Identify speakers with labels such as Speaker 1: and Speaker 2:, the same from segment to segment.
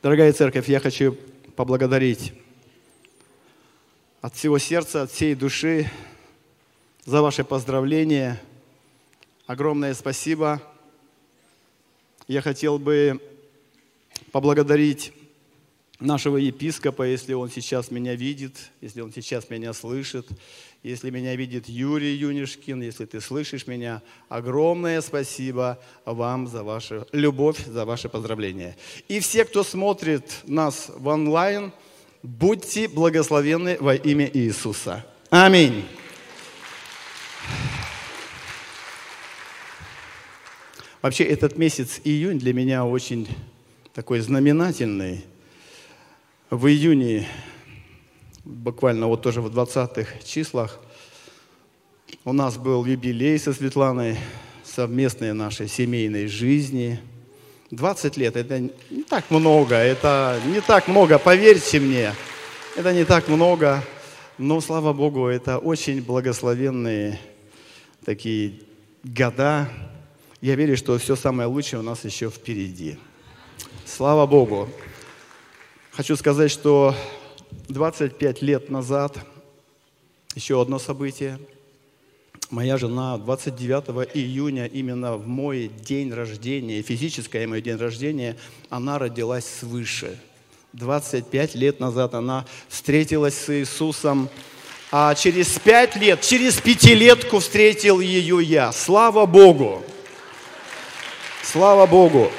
Speaker 1: Дорогая церковь, я хочу поблагодарить от всего сердца, от всей души за ваши поздравления. Огромное спасибо. Я хотел бы поблагодарить нашего епископа, если он сейчас меня видит, если он сейчас меня слышит, если меня видит Юрий Юнишкин, если ты слышишь меня. Огромное спасибо вам за вашу любовь, за ваши поздравления. И все, кто смотрит нас в онлайн, будьте благословенны во имя Иисуса. Аминь. Вообще, этот месяц июнь для меня очень такой знаменательный. В июне, буквально вот тоже в 20-х числах, у нас был юбилей со Светланой, совместной нашей семейной жизни. 20 лет – это не так много, поверьте мне, это не так много, но, слава Богу, это очень благословенные такие года. Я верю, что все самое лучшее у нас еще впереди. Слава Богу. Хочу сказать, что 25 лет назад, еще одно событие, моя жена 29 июня, именно в мой день рождения, физическое мой день рождения, она родилась свыше. 25 лет назад она встретилась с Иисусом, а через 5 лет, через пятилетку встретил ее я. Слава Богу! Слава Богу!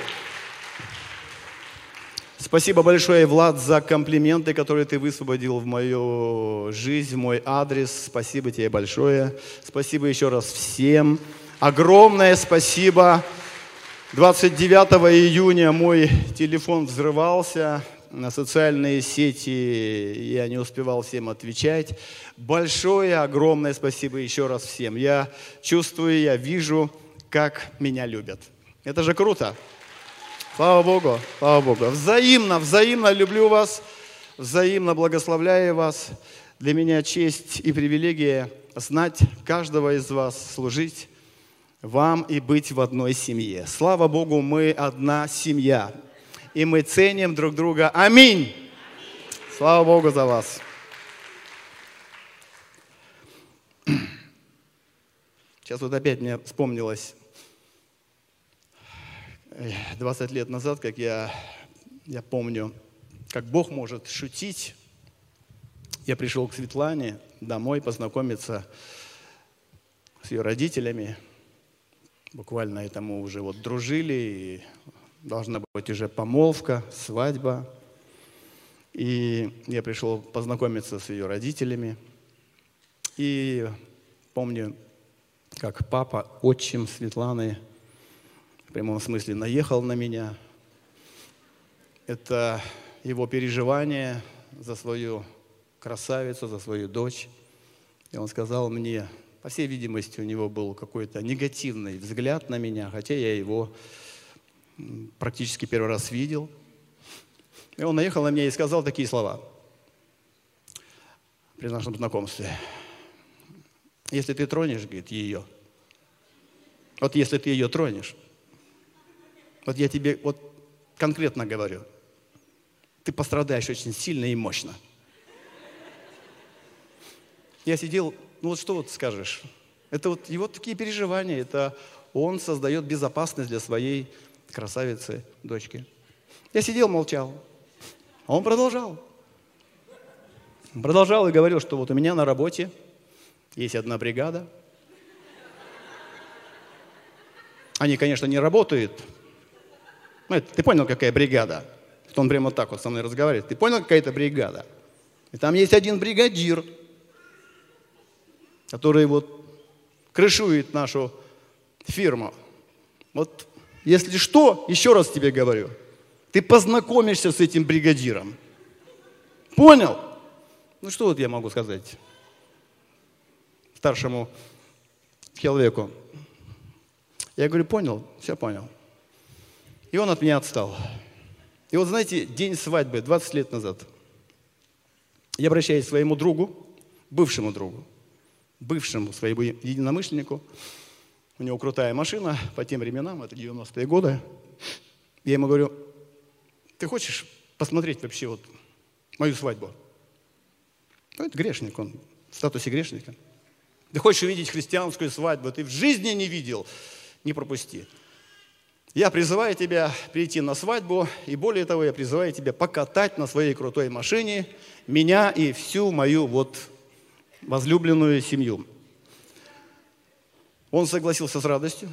Speaker 1: Спасибо большое, Влад, за комплименты, которые ты высвободил в мою жизнь, в мой адрес. Спасибо тебе большое. Спасибо еще раз всем. Огромное спасибо. 29 июня мой телефон взрывался. На социальные сети я не успевал всем отвечать. Большое, огромное спасибо еще раз всем. Я чувствую, я вижу, как меня любят. Это же круто. Слава Богу, слава Богу. Взаимно люблю вас, взаимно благословляю вас. Для меня честь и привилегия знать каждого из вас, служить вам и быть в одной семье. Слава Богу, мы одна семья. И мы ценим друг друга. Аминь. Слава Богу за вас. Сейчас вот опять мне вспомнилось 20 лет назад, как я помню, как Бог может шутить. Я пришел к Светлане домой познакомиться с ее родителями. Буквально этому уже вот дружили, и должна быть уже помолвка, свадьба. И я пришел познакомиться с ее родителями. И помню, как папа, отчим Светланы, в прямом смысле наехал на меня. Это его переживание за свою красавицу, за свою дочь. И он сказал мне, по всей видимости, у него был какой-то негативный взгляд на меня, хотя я его практически первый раз видел. И он наехал на меня и сказал такие слова при нашем знакомстве. Если ты тронешь, говорит, ее, вот если ты ее тронешь, вот я тебе вот конкретно говорю, ты пострадаешь очень сильно и мощно. Я сидел, ну вот что вот скажешь? Это вот его такие переживания, это он создает безопасность для своей красавицы, дочки. Я сидел, молчал, а он продолжал. Продолжал и говорил, что вот у меня на работе есть одна бригада. Они, конечно, не работают. Ты понял, какая бригада? Что он прямо вот так вот со мной разговаривает. Ты понял, какая это бригада? И там есть один бригадир, который вот крышует нашу фирму. Вот если что, еще раз тебе говорю, ты познакомишься с этим бригадиром. Понял? Ну что вот я могу сказать старшему человеку? Я говорю, понял, все понял. И он от меня отстал. И вот знаете, день свадьбы, 20 лет назад, я обращаюсь к своему другу, бывшему своему единомышленнику. У него крутая машина по тем временам, это 90-е годы. Я ему говорю, ты хочешь посмотреть вообще вот мою свадьбу. Ну, это грешник, он в статусе грешника. Ты хочешь увидеть христианскую свадьбу, ты в жизни не видел, не пропусти. Я призываю тебя прийти на свадьбу, и более того, я призываю тебя покатать на своей крутой машине меня и всю мою вот возлюбленную семью. Он согласился с радостью.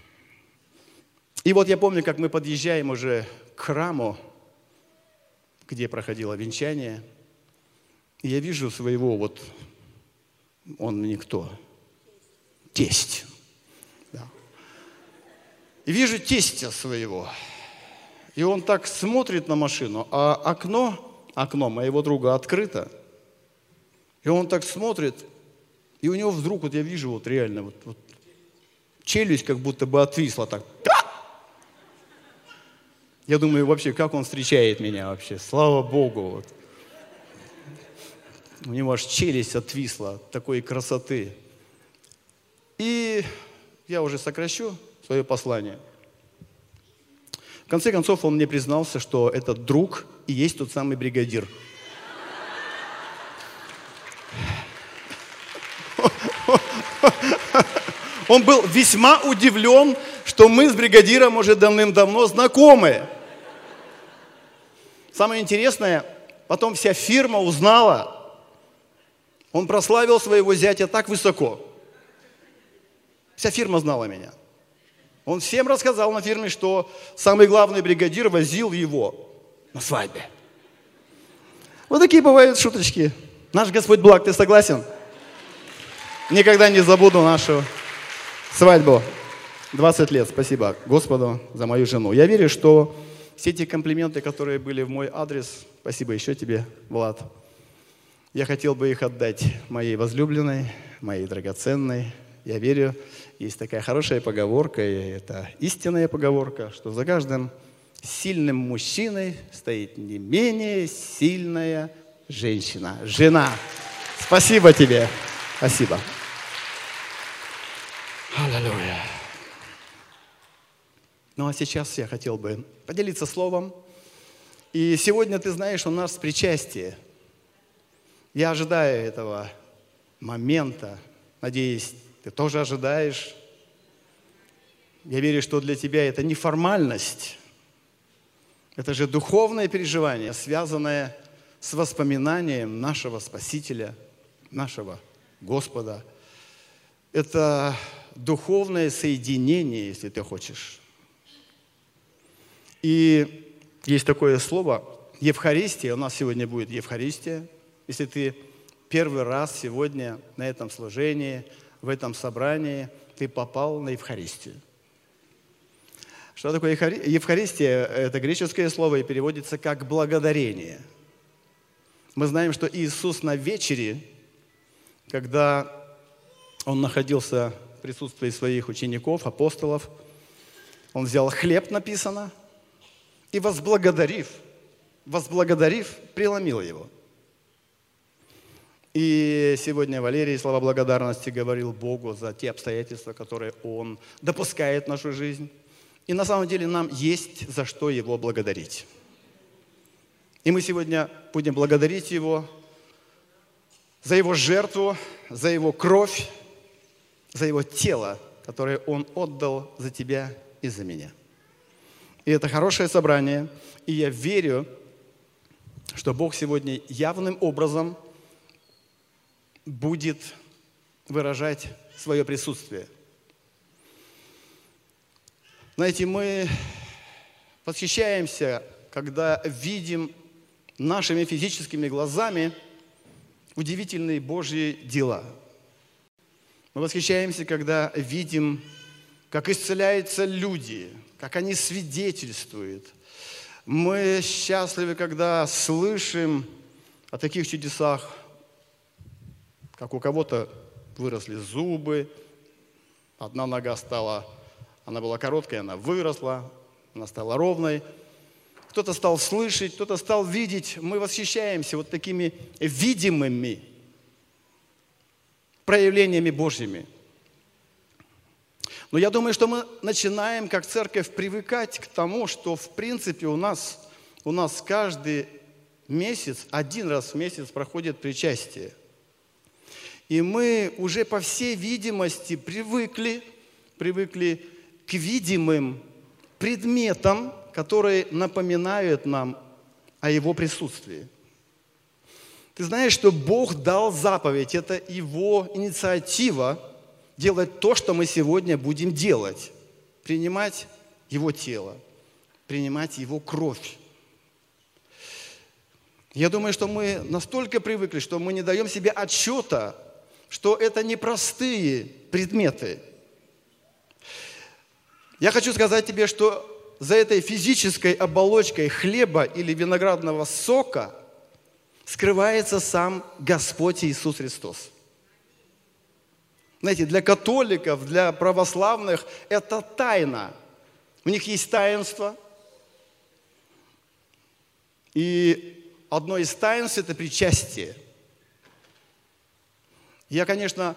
Speaker 1: И вот я помню, как мы подъезжаем уже к храму, где проходило венчание, и я вижу своего вот, он мне кто? Тесть. Да. И вижу тестя своего. И он так смотрит на машину, а окно моего друга открыто. И он так смотрит, и у него вдруг, вот я вижу, вот реально, вот челюсть как будто бы отвисла так. Я думаю, вообще, как он встречает меня вообще? Слава Богу. Вот. У него аж челюсть отвисла от такой красоты. И я уже сокращу свое послание. В конце концов, он мне признался, что этот друг и есть тот самый бригадир. Он был весьма удивлен, что мы с бригадиром уже давным-давно знакомы. Самое интересное, потом вся фирма узнала, он прославил своего зятя так высоко. Вся фирма знала меня. Он всем рассказал на фирме, что самый главный бригадир возил его на свадьбе. Вот такие бывают шуточки. Наш Господь благ, ты согласен? Никогда не забуду нашу свадьбу. 20 лет. Спасибо Господу за мою жену. Я верю, что все эти комплименты, которые были в мой адрес, спасибо еще тебе, Влад, я хотел бы их отдать моей возлюбленной, моей драгоценной. Я верю, есть такая хорошая поговорка, и это истинная поговорка, что за каждым сильным мужчиной стоит не менее сильная женщина, жена. Спасибо тебе. Спасибо. Аллилуйя. Ну а сейчас я хотел бы поделиться словом. И сегодня, ты знаешь, у нас причастие. Я ожидаю этого момента. Надеюсь, ты тоже ожидаешь. Я верю, что для тебя это не формальность. Это же духовное переживание, связанное с воспоминанием нашего Спасителя, нашего Господа. Это духовное соединение, если ты хочешь. И есть такое слово Евхаристия. У нас сегодня будет Евхаристия. Если ты первый раз сегодня на этом служении, в этом собрании, ты попал на Евхаристию. Что такое Евхаристия? Это греческое слово и переводится как благодарение. Мы знаем, что Иисус на вечере, когда Он находился в присутствии своих учеников, апостолов, Он взял хлеб, написано, и возблагодарив, преломил его. И сегодня Валерий слова благодарности говорил Богу за те обстоятельства, которые Он допускает в нашу жизнь. И на самом деле нам есть за что Его благодарить. И мы сегодня будем благодарить Его за Его жертву, за Его кровь, за Его тело, которое Он отдал за тебя и за меня. И это хорошее собрание. И я верю, что Бог сегодня явным образом будет выражать свое присутствие. Знаете, мы восхищаемся, когда видим нашими физическими глазами удивительные Божьи дела. Мы восхищаемся, когда видим, как исцеляются люди, как они свидетельствуют. Мы счастливы, когда слышим о таких чудесах, как у кого-то выросли зубы, одна нога стала, она была короткая, она выросла, она стала ровной. Кто-то стал слышать, кто-то стал видеть. Мы восхищаемся вот такими видимыми проявлениями Божьими. Но я думаю, что мы начинаем, как церковь, привыкать к тому, что в принципе у нас у нас каждый месяц, один раз в месяц проходит причастие. И мы уже, по всей видимости, привыкли к видимым предметам, которые напоминают нам о Его присутствии. Ты знаешь, что Бог дал заповедь, это Его инициатива делать то, что мы сегодня будем делать. Принимать Его тело, принимать Его кровь. Я думаю, что мы настолько привыкли, что мы не даем себе отчета, что это непростые предметы. Я хочу сказать тебе, что за этой физической оболочкой хлеба или виноградного сока скрывается сам Господь Иисус Христос. Знаете, для католиков, для православных это тайна. У них есть таинство. И одно из таинств – это причастие. Я, конечно,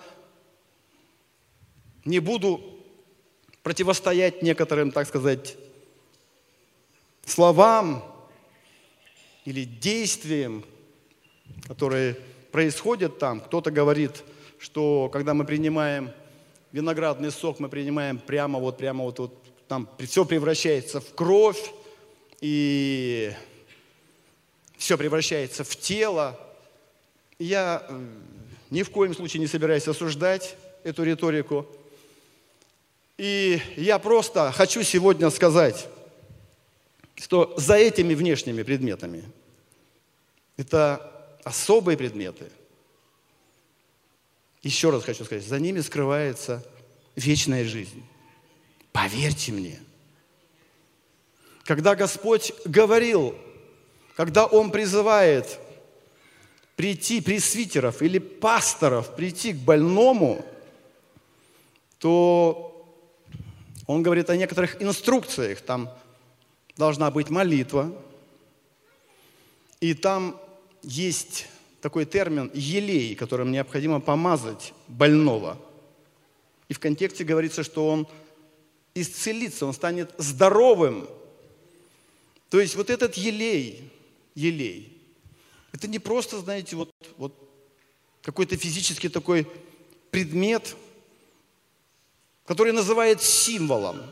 Speaker 1: не буду противостоять некоторым, так сказать, словам или действиям, которые происходят там. Кто-то говорит, что когда мы принимаем виноградный сок, мы принимаем прямо вот там все превращается в кровь, и все превращается в тело. Я ни в коем случае не собираюсь осуждать эту риторику. И я просто хочу сегодня сказать, что за этими внешними предметами, это особые предметы, еще раз хочу сказать, за ними скрывается вечная жизнь. Поверьте мне. Когда Господь говорил, когда Он призывает прийти пресвитеров или пасторов, прийти к больному, то Он говорит о некоторых инструкциях. Там должна быть молитва, и там есть такой термин «елей», которым необходимо помазать больного. И в контексте говорится, что он исцелится, он станет здоровым. То есть вот этот елей, это не просто, знаете, вот какой-то физический такой предмет, который называют символом.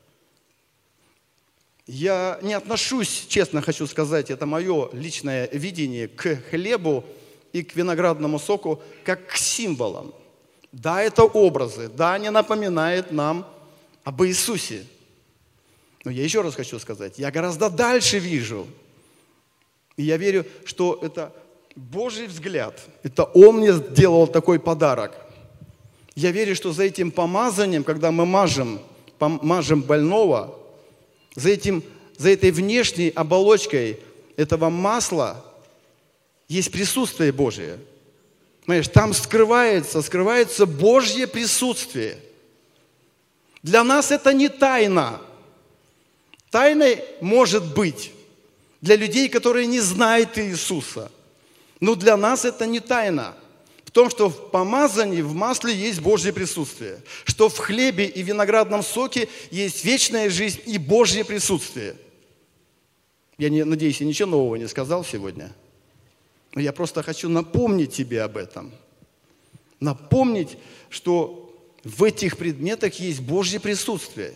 Speaker 1: Я не отношусь, честно хочу сказать, это мое личное видение, к хлебу и к виноградному соку, как к символам. Да, это образы, да, они напоминают нам об Иисусе. Но я еще раз хочу сказать, я гораздо дальше вижу. И я верю, что это Божий взгляд. Это Он мне сделал такой подарок. Я верю, что за этим помазанием, когда мы мажем больного, за этой внешней оболочкой этого масла есть присутствие Божие. Понимаешь, там скрывается Божье присутствие. Для нас это не тайна. Тайной может быть для людей, которые не знают Иисуса. Но для нас это не тайна. В том, что в помазании, в масле есть Божье присутствие. Что в хлебе и виноградном соке есть вечная жизнь и Божье присутствие. Я надеюсь, я ничего нового не сказал сегодня. Но я просто хочу напомнить тебе об этом. Напомнить, что в этих предметах есть Божье присутствие.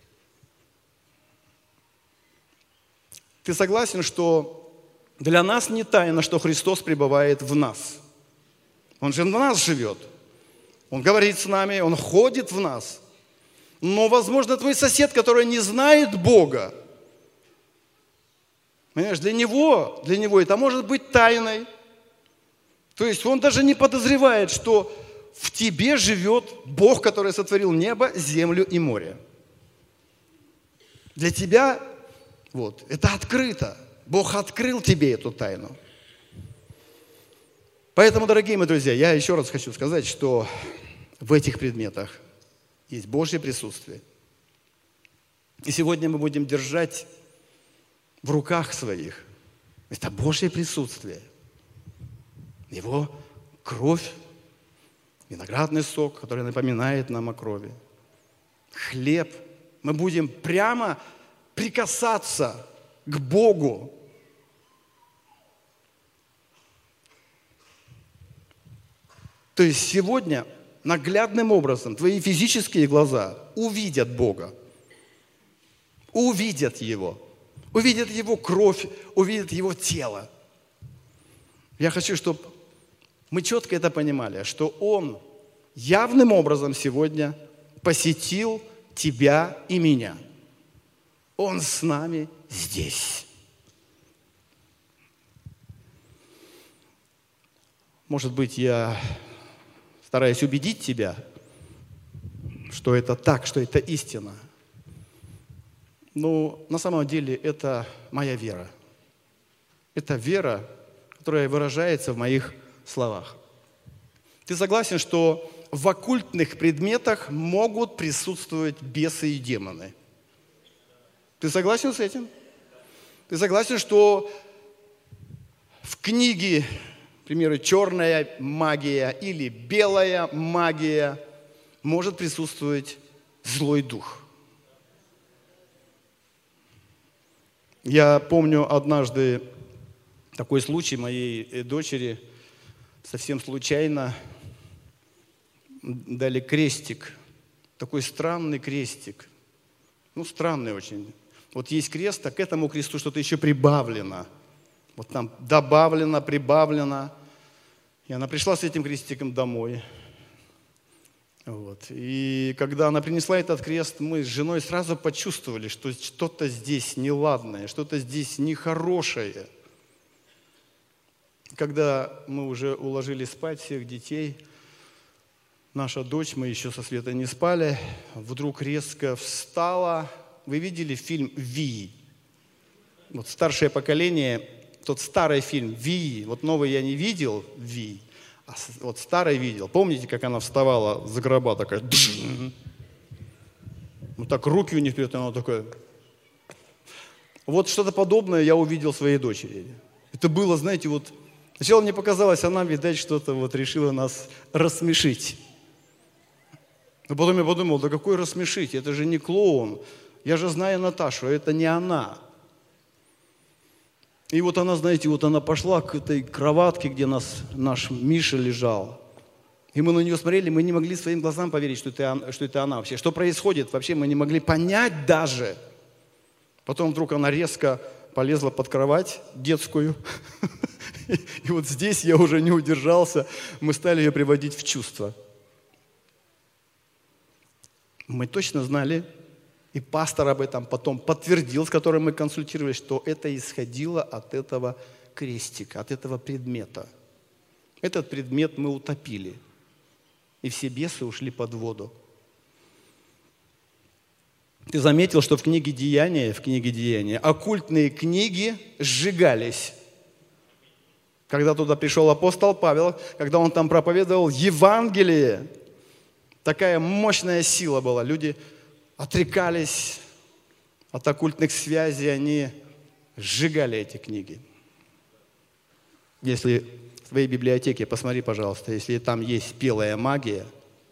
Speaker 1: Ты согласен, что для нас не тайна, что Христос пребывает в нас? Он же в нас живет. Он говорит с нами, Он ходит в нас. Но, возможно, твой сосед, который не знает Бога, понимаешь, для него это может быть тайной. То есть он даже не подозревает, что в тебе живет Бог, который сотворил небо, землю и море. Для тебя это открыто. Бог открыл тебе эту тайну. Поэтому, дорогие мои друзья, я еще раз хочу сказать, что в этих предметах есть Божье присутствие. И сегодня мы будем держать в руках своих это Божье присутствие. Его кровь, виноградный сок, который напоминает нам о крови, хлеб. Мы будем прямо прикасаться к Богу То есть сегодня наглядным образом твои физические глаза увидят Бога, увидят Его кровь, увидят Его тело. Я хочу, чтобы мы четко это понимали, что Он явным образом сегодня посетил тебя и меня. Он с нами здесь. Может быть, я стараюсь убедить тебя, что это так, что это истина. Но на самом деле это моя вера. Это вера, которая выражается в моих словах. Ты согласен, что в оккультных предметах могут присутствовать бесы и демоны? Ты согласен с этим? Ты согласен, что в книге, к примеру, черная магия или белая магия может присутствовать злой дух? Я помню однажды такой случай моей дочери. Совсем случайно дали крестик. Такой странный крестик. Ну, странный очень. Вот есть крест, а к этому кресту что-то еще прибавлено. Вот там добавлено, прибавлено. И она пришла с этим крестиком домой. Вот. И когда она принесла этот крест, мы с женой сразу почувствовали, что что-то здесь неладное, что-то здесь нехорошее. Когда мы уже уложили спать всех детей, наша дочь, мы еще со Светой не спали, вдруг резко встала. Вы видели фильм «Вий»? Вот старшее поколение, тот старый фильм «Вий», вот новый я не видел, «Вий», а вот старый видел. Помните, как она вставала за гроба такая? Вот так руки у нее вперед, и она такая. Вот что-то подобное я увидел в своей дочери. Это было, знаете, вот сначала мне показалось, она, видать, что-то вот решила нас рассмешить. Но потом я подумал, да какой рассмешить? Это же не клоун. Я же знаю Наташу, а это не она. И вот она, знаете, вот она пошла к этой кроватке, где наш Миша лежал. И мы на нее смотрели, мы не могли своим глазам поверить, что это она вообще. Что происходит вообще, мы не могли понять даже. Потом вдруг она резко полезла под кровать детскую. И вот здесь я уже не удержался, мы стали ее приводить в чувство. Мы точно знали, и пастор об этом потом подтвердил, с которым мы консультировались, что это исходило от этого крестика, от этого предмета. Этот предмет мы утопили, и все бесы ушли под воду. Ты заметил, что в книге Деяния оккультные книги сжигались. Когда туда пришел апостол Павел, когда он там проповедовал Евангелие, такая мощная сила была. Люди отрекались от оккультных связей, они сжигали эти книги. Если в твоей библиотеке, посмотри, пожалуйста, если там есть белая магия,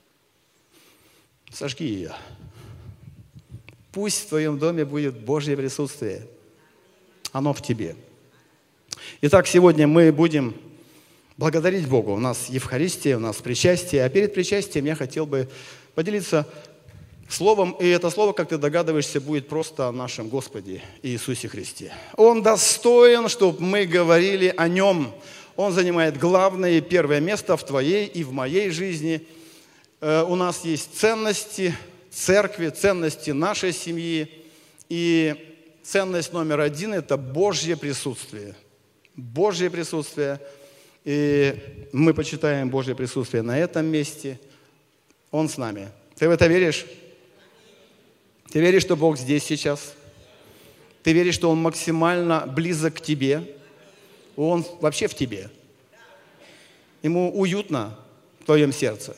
Speaker 1: сожги ее. Пусть в твоем доме будет Божье присутствие. Оно в тебе. Итак, сегодня мы будем благодарить Бога. У нас Евхаристия, у нас причастие. А перед причастием я хотел бы поделиться словом. И это слово, как ты догадываешься, будет просто о нашем Господе Иисусе Христе. Он достоин, чтобы мы говорили о Нем. Он занимает главное и первое место в твоей и в моей жизни. У нас есть ценности церкви, ценности нашей семьи. И ценность номер один – это Божье присутствие. Божье присутствие. И мы почитаем Божье присутствие на этом месте. Он с нами. Ты в это веришь? Ты веришь, что Бог здесь сейчас? Ты веришь, что Он максимально близок к тебе? Он вообще в тебе? Ему уютно в твоем сердце?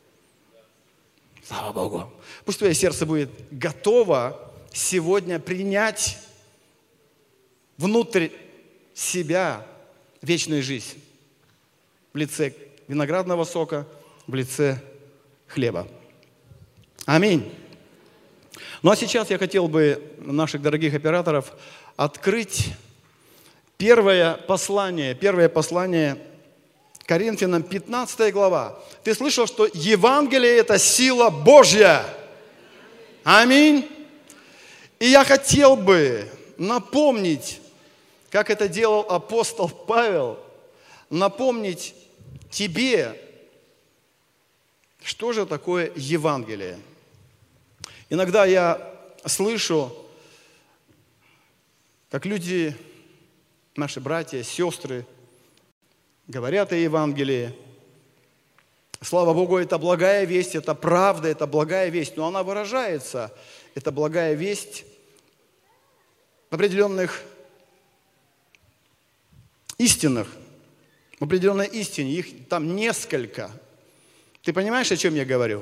Speaker 1: Слава Богу. Пусть твое сердце будет готово сегодня принять внутрь себя вечную жизнь в лице виноградного сока, в лице хлеба. Аминь. Ну а сейчас я хотел бы наших дорогих операторов открыть первое послание Коринфянам 15 глава. Ты слышал, что Евангелие – это сила Божья. Аминь. И я хотел бы напомнить, как это делал апостол Павел, напомнить тебе, что же такое Евангелие. Иногда я слышу, как люди, наши братья, сестры, говорят о Евангелии. Слава Богу, это благая весть, это правда, это благая весть, но она выражается, это благая весть в определенных истинах, в определенной истине, их там несколько. Ты понимаешь, о чем я говорю?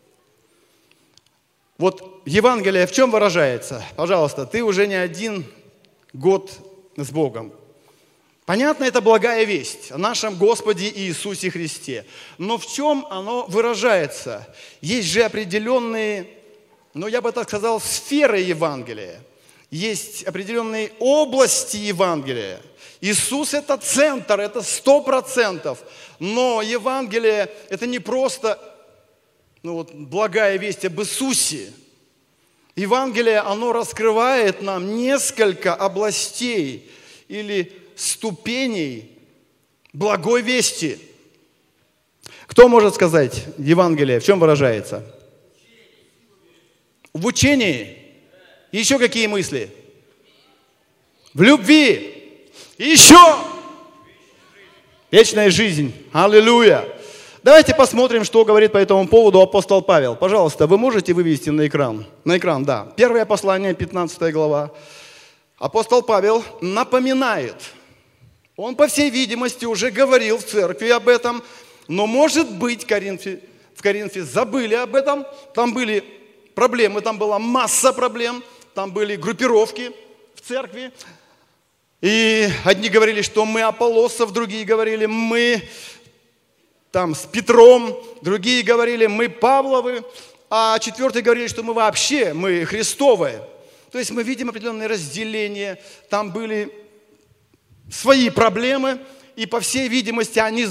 Speaker 1: Вот Евангелие в чем выражается? Пожалуйста, ты уже не один год с Богом. Понятно, это благая весть о нашем Господе Иисусе Христе. Но в чем оно выражается? Есть же определенные, я бы так сказал, сферы Евангелия. Есть определенные области Евангелия. Иисус – это центр, это 100%. Но Евангелие – это не просто благая весть об Иисусе. Евангелие, оно раскрывает нам несколько областей или ступеней благой вести. Кто может сказать, Евангелие в чем выражается? В учении. Еще какие мысли? В любви. Еще вечная жизнь. Аллилуйя. Давайте посмотрим, что говорит по этому поводу апостол Павел. Пожалуйста, вы можете вывести на экран? На экран, да. Первое послание, 15 глава. Апостол Павел напоминает. Он, по всей видимости, уже говорил в церкви об этом, но, может быть, в Коринфе забыли об этом. Там были проблемы, там была масса проблем, там были группировки в церкви. И одни говорили, что мы Аполлосов, другие говорили, мы там с Петром, другие говорили, мы Павловы, а четвертые говорили, что мы вообще, мы Христовые. То есть мы видим определенные разделения, там были свои проблемы, и по всей видимости они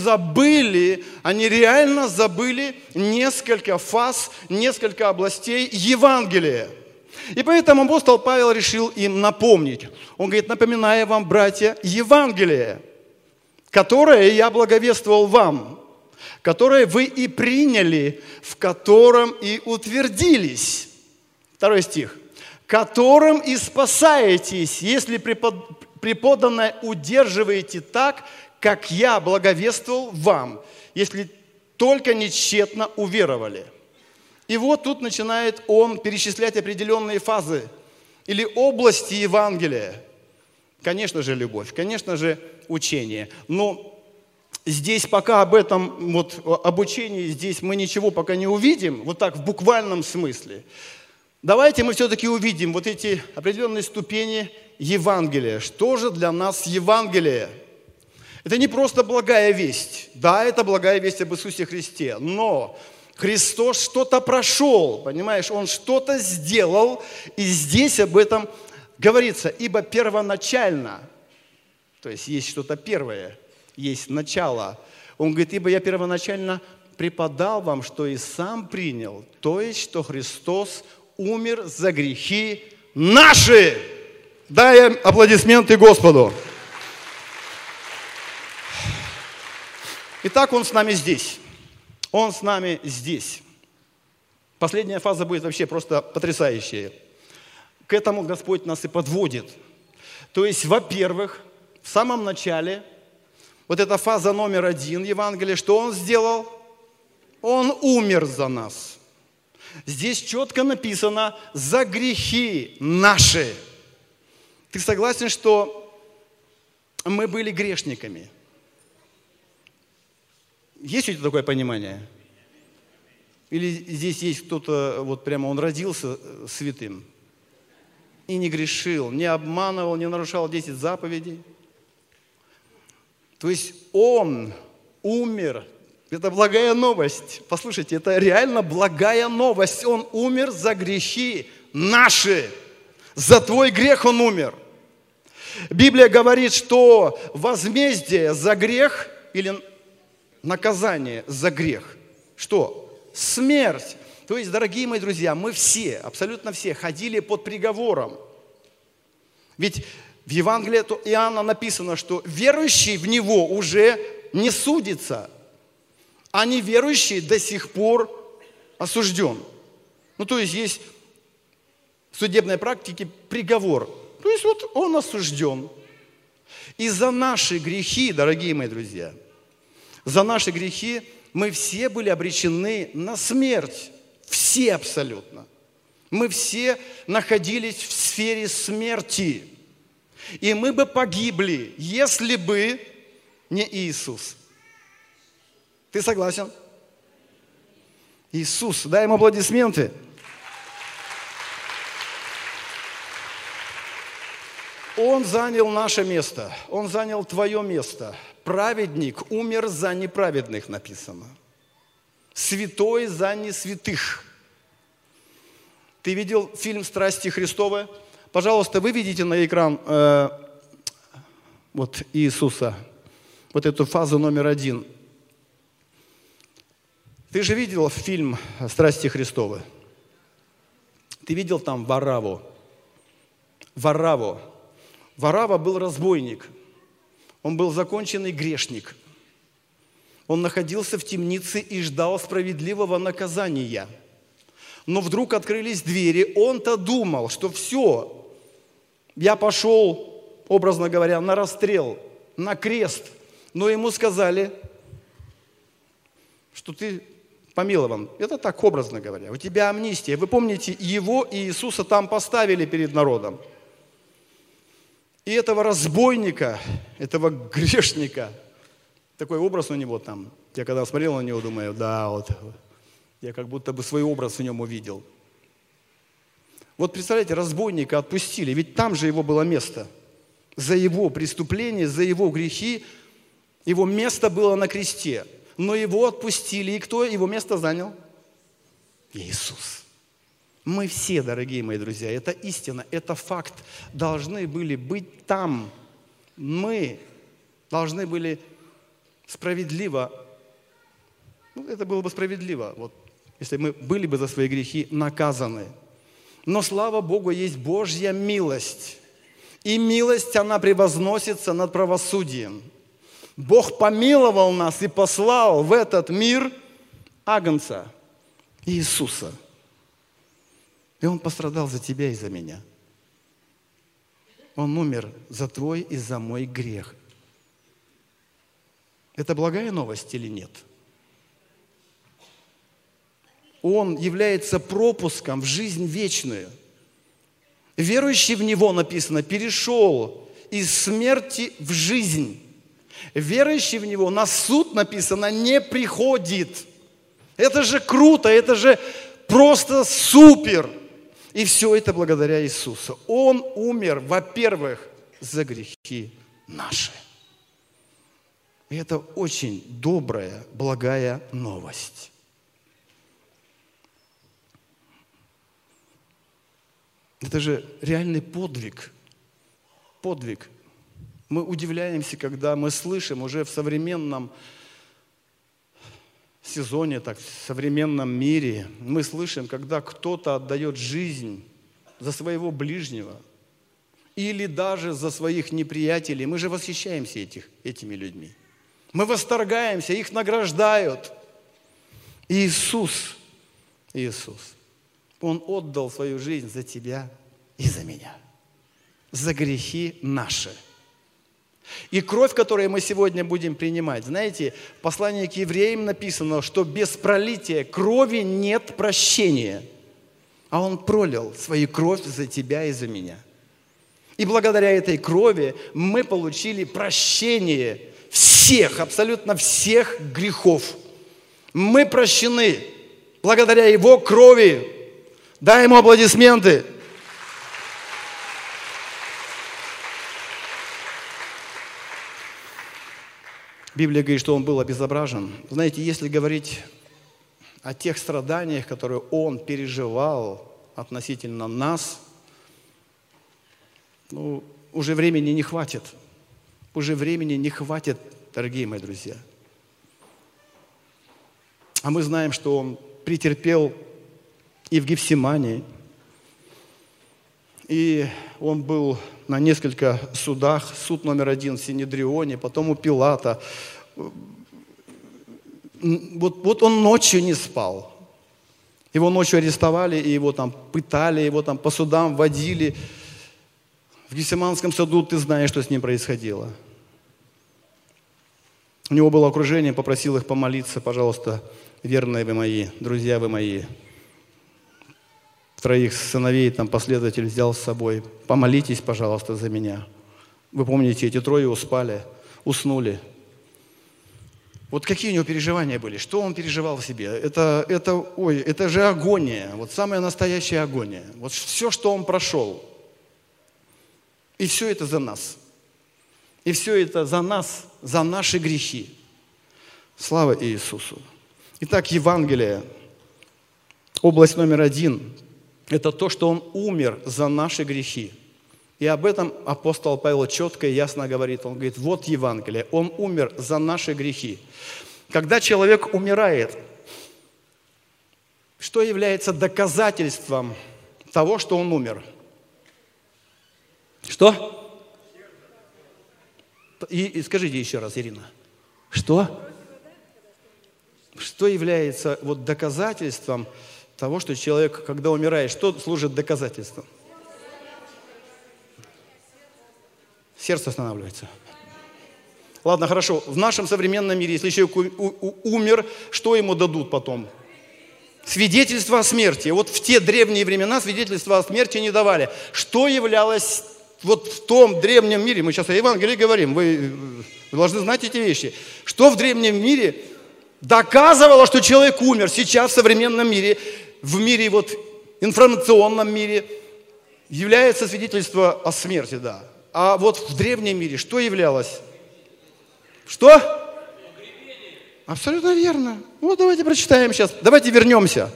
Speaker 1: реально забыли несколько фаз, несколько областей Евангелия. И поэтому апостол Павел решил им напомнить. Он говорит, напоминаю вам, братья, Евангелие, которое я благовествовал вам, которое вы и приняли, в котором и утвердились. 2 стих. Которым и спасаетесь, если преподанное удерживаете так, как я благовествовал вам, если только не тщетно уверовали. И вот тут начинает он перечислять определенные фазы или области Евангелия. Конечно же, любовь, конечно же, учение. Но здесь пока об этом, об учении, здесь мы ничего пока не увидим, вот так в буквальном смысле. Давайте мы все-таки увидим вот эти определенные ступени Евангелия. Что же для нас Евангелие? Это не просто благая весть. Да, это благая весть об Иисусе Христе, но Христос что-то прошел, понимаешь, Он что-то сделал, и здесь об этом говорится. Ибо первоначально, то есть есть что-то первое, есть начало. Он говорит, ибо я первоначально преподал вам, что и сам принял, то есть, что Христос умер за грехи наши. Дай аплодисменты Господу. Итак, Он с нами здесь. Он с нами здесь. Последняя фаза будет вообще просто потрясающая. К этому Господь нас и подводит. То есть, во-первых, в самом начале, вот эта фаза номер 1 Евангелия, что Он сделал? Он умер за нас. Здесь четко написано «за грехи наши». Ты согласен, что мы были грешниками? Есть у тебя такое понимание? Или здесь есть кто-то, прямо он родился святым и не грешил, не обманывал, не нарушал 10 заповедей? То есть он умер. Это благая новость. Послушайте, это реально благая новость. Он умер за грехи наши. За твой грех Он умер. Библия говорит, что возмездие за грех или наказание за грех. Что? Смерть. То есть, дорогие мои друзья, мы все, абсолютно все, ходили под приговором. Ведь в Евангелии от Иоанна написано, что верующий в Него уже не судится, а неверующий до сих пор осужден. Ну, то есть в судебной практике приговор. То есть вот он осужден. И за наши грехи, дорогие мои друзья, за наши грехи мы все были обречены на смерть. Все абсолютно. Мы все находились в сфере смерти. И мы бы погибли, если бы не Иисус. Ты согласен? Иисус, дай ему аплодисменты. Он занял наше место, Он занял твое место. Праведник умер за неправедных, написано. Святой за несвятых. Ты видел фильм «Страсти Христовы»? Пожалуйста, выведите на экран вот Иисуса, вот эту фазу номер 1. Ты же видел фильм «Страсти Христовы»? Ты видел там Варавву? Варавва был разбойник. Он был законченный грешник. Он находился в темнице и ждал справедливого наказания. Но вдруг открылись двери. Он-то думал, что все, я пошел, образно говоря, на расстрел, на крест. Но ему сказали, что ты помилован. Это так, образно говоря. У тебя амнистия. Вы помните, его и Иисуса там поставили перед народом. И этого разбойника, этого грешника, такой образ у него там. Я когда смотрел на него, думаю, да, вот, я как будто бы свой образ в нем увидел. Вот представляете, разбойника отпустили, ведь там же его было место. За его преступление, за его грехи, его место было на кресте. Но его отпустили, и кто его место занял? Иисус. Мы все, дорогие мои друзья, это истина, это факт, должны были быть там. Мы должны были справедливо, это было бы справедливо, вот, если мы были бы за свои грехи наказаны. Но, слава Богу, есть Божья милость. И милость, она превозносится над правосудием. Бог помиловал нас и послал в этот мир Агнца Иисуса. И Он пострадал за тебя и за меня. Он умер за твой и за мой грех. Это благая новость или нет? Он является пропуском в жизнь вечную. Верующий в Него, написано, перешел из смерти в жизнь. Верующий в Него на суд, написано, не приходит. Это же круто, это же просто супер. И все это благодаря Иисусу. Он умер, во-первых, за грехи наши. И это очень добрая, благая новость. Это же реальный подвиг. Подвиг. Мы удивляемся, когда мы слышим уже в современном сезоне, так, в современном мире, мы слышим, когда кто-то отдает жизнь за своего ближнего или даже за своих неприятелей. Мы же восхищаемся этими людьми. Мы восторгаемся, их награждают. Иисус, Он отдал свою жизнь за тебя и за меня, за грехи наши. И кровь, которую мы сегодня будем принимать, знаете, в послании к евреям написано, что без пролития крови нет прощения. А Он пролил свою кровь за тебя и за меня. И благодаря этой крови мы получили прощение всех, абсолютно всех грехов. Мы прощены благодаря Его крови. Дай Ему аплодисменты. Библия говорит, что Он был обезображен. Знаете, если говорить о тех страданиях, которые Он переживал относительно нас, уже времени не хватит. Уже времени не хватит, дорогие мои друзья. А мы знаем, что Он претерпел и в Гефсимании, и Он был на несколько судах. Суд номер 1 в Синедрионе, потом у Пилата. Вот Он ночью не спал. Его ночью арестовали, и его там пытали, его там по судам водили. В Гефсиманском саду ты знаешь, что с ним происходило. У него было окружение, попросил их помолиться, пожалуйста, верные вы мои, друзья вы мои. 3 сыновей там последователь взял с собой. Помолитесь, пожалуйста, за меня. Вы помните, эти 3 уснули. Вот какие у него переживания были, что он переживал в себе. Это же агония, вот самая настоящая агония. Вот все, что он прошел. И все это за нас. И все это за нас, за наши грехи. Слава Иисусу. Итак, Евангелие, область номер 1, это то, что Он умер за наши грехи. И об этом апостол Павел четко и ясно говорит. Он говорит, вот Евангелие, Он умер за наши грехи. Когда человек умирает, что является доказательством того, что он умер? Что? И скажите еще раз, Ирина. Что? Что является вот доказательством того, что человек, когда умирает, что служит доказательством? Сердце останавливается. Ладно, хорошо. В нашем современном мире, если человек умер, что ему дадут потом? Свидетельство о смерти. Вот в те древние времена свидетельства о смерти не давали. Что являлось вот в том древнем мире? Мы сейчас о Евангелии говорим. Вы должны знать эти вещи. Что в древнем мире доказывало, что человек умер? Сейчас в современном мире, в мире вот информационном мире, является свидетельство о смерти, да. А вот в древнем мире что являлось? Что? Абсолютно верно. Вот давайте прочитаем сейчас. Давайте вернемся.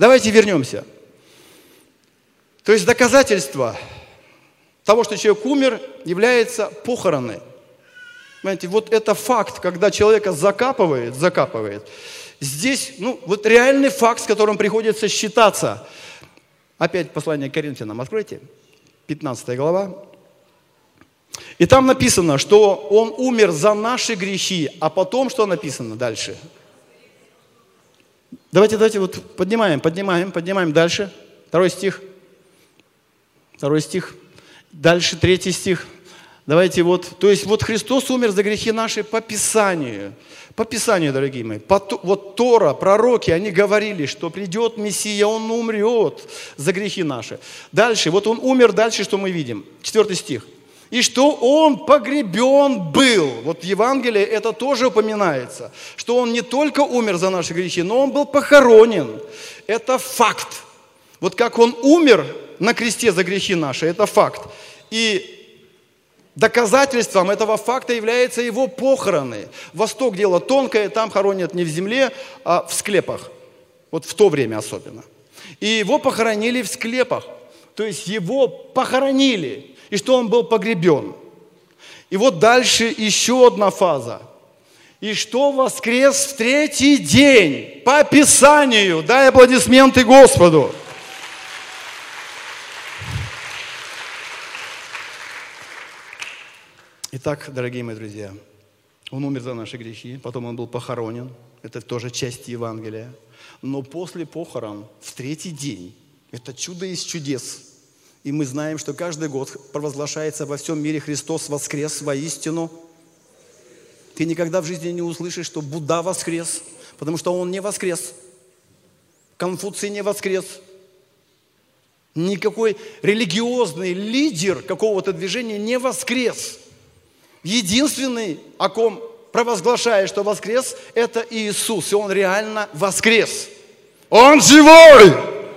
Speaker 1: То есть доказательство того, что человек умер, является похороны. Понимаете, вот это факт, когда человека закапывает. Здесь, вот реальный факт, с которым приходится считаться. Опять послание к Коринфянам откройте, 15 глава. И там написано, что Он умер за наши грехи, а потом что написано дальше? Давайте вот поднимаем дальше. 2 стих. Дальше 3 стих. Давайте то есть Христос умер за грехи наши по Писанию. По Писанию, дорогие мои. Вот Тора, пророки, они говорили, что придет Мессия, Он умрет за грехи наши. Дальше, вот Он умер, дальше что мы видим? 4 стих. И что Он погребен был. Вот в Евангелии это тоже упоминается. Что Он не только умер за наши грехи, но Он был похоронен. Это факт. Вот как Он умер на кресте за грехи наши, это факт. И доказательством этого факта являются Его похороны. Восток дело тонкое, там хоронят не в земле, а в склепах. Вот в то время особенно. И Его похоронили в склепах. То есть Его похоронили. И что Он был погребен. И вот дальше еще одна фаза. И что воскрес в 3-й день по Писанию. Дай аплодисменты Господу. Итак, дорогие мои друзья, Он умер за наши грехи, потом Он был похоронен. Это тоже часть Евангелия. Но после похорон, в 3-й день, это чудо из чудес. И мы знаем, что каждый год провозглашается во всем мире Христос воскрес воистину. Ты никогда в жизни не услышишь, что Будда воскрес, потому что Он не воскрес. Конфуций не воскрес. Никакой религиозный лидер какого-то движения не воскрес. Единственный, о ком провозглашает, что воскрес, это Иисус. И Он реально воскрес. Он живой!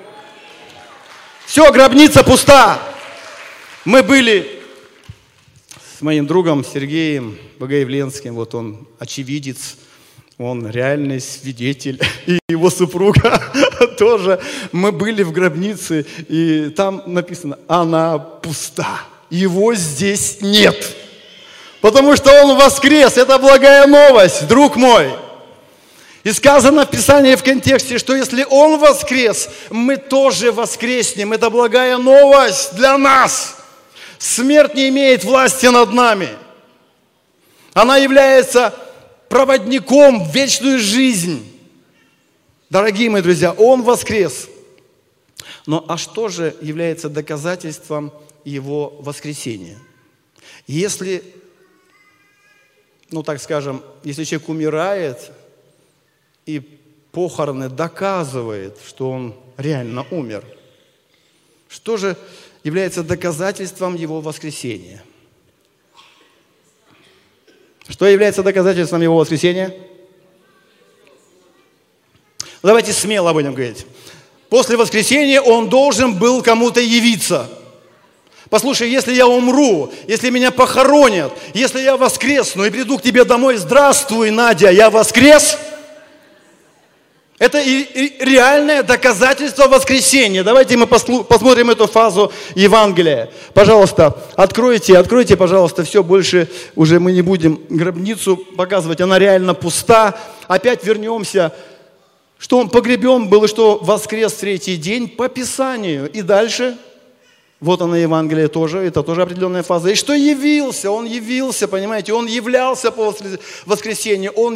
Speaker 1: Все, гробница пуста. Мы были с моим другом Сергеем Богоявленским, вот он очевидец, он реальный свидетель, и его супруга тоже. Мы были в гробнице, и там написано, она пуста, его здесь нет. Потому что он воскрес, это благая новость, друг мой. И сказано в Писании в контексте, что если Он воскрес, мы тоже воскреснем. Это благая новость для нас. Смерть не имеет власти над нами. Она является проводником в вечную жизнь. Дорогие мои друзья, Он воскрес. Но а что же является доказательством Его воскресения? Если, так скажем, если человек умирает, и похороны доказывает, что он реально умер, что же является доказательством Его воскресения? Что является доказательством Его воскресения? Давайте смело будем говорить. После воскресения Он должен был кому-то явиться. Послушай, если я умру, если меня похоронят, если я воскресну и приду к тебе домой, здравствуй, Надя, я воскрес. Это и реальное доказательство воскресения. Давайте мы посмотрим эту фазу Евангелия. Пожалуйста, откройте, пожалуйста, все, больше уже мы не будем гробницу показывать, она реально пуста. Опять вернемся, что Он погребен был и что воскрес в третий день по Писанию. И дальше, вот она Евангелие тоже, это тоже определенная фаза. И что явился, Он явился, понимаете, Он являлся по воскресению, Он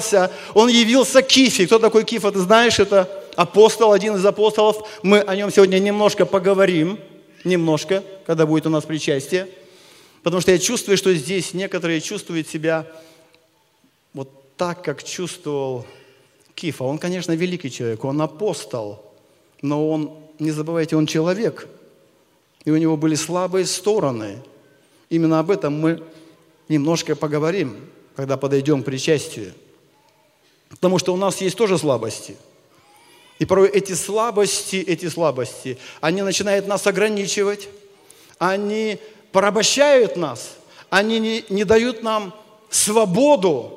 Speaker 1: явился Кифе. Кто такой Кифа, ты знаешь, это апостол, один из апостолов. Мы о нем сегодня немножко поговорим, когда будет у нас причастие. Потому что я чувствую, что здесь некоторые чувствуют себя вот так, как чувствовал Кифа. Он, конечно, великий человек, он апостол, но он, не забывайте, он человек. И у него были слабые стороны. Именно об этом мы немножко поговорим, когда подойдем к причастию. Потому что у нас есть тоже слабости. И порой эти слабости, они начинают нас ограничивать, они порабощают нас, они не дают нам свободу.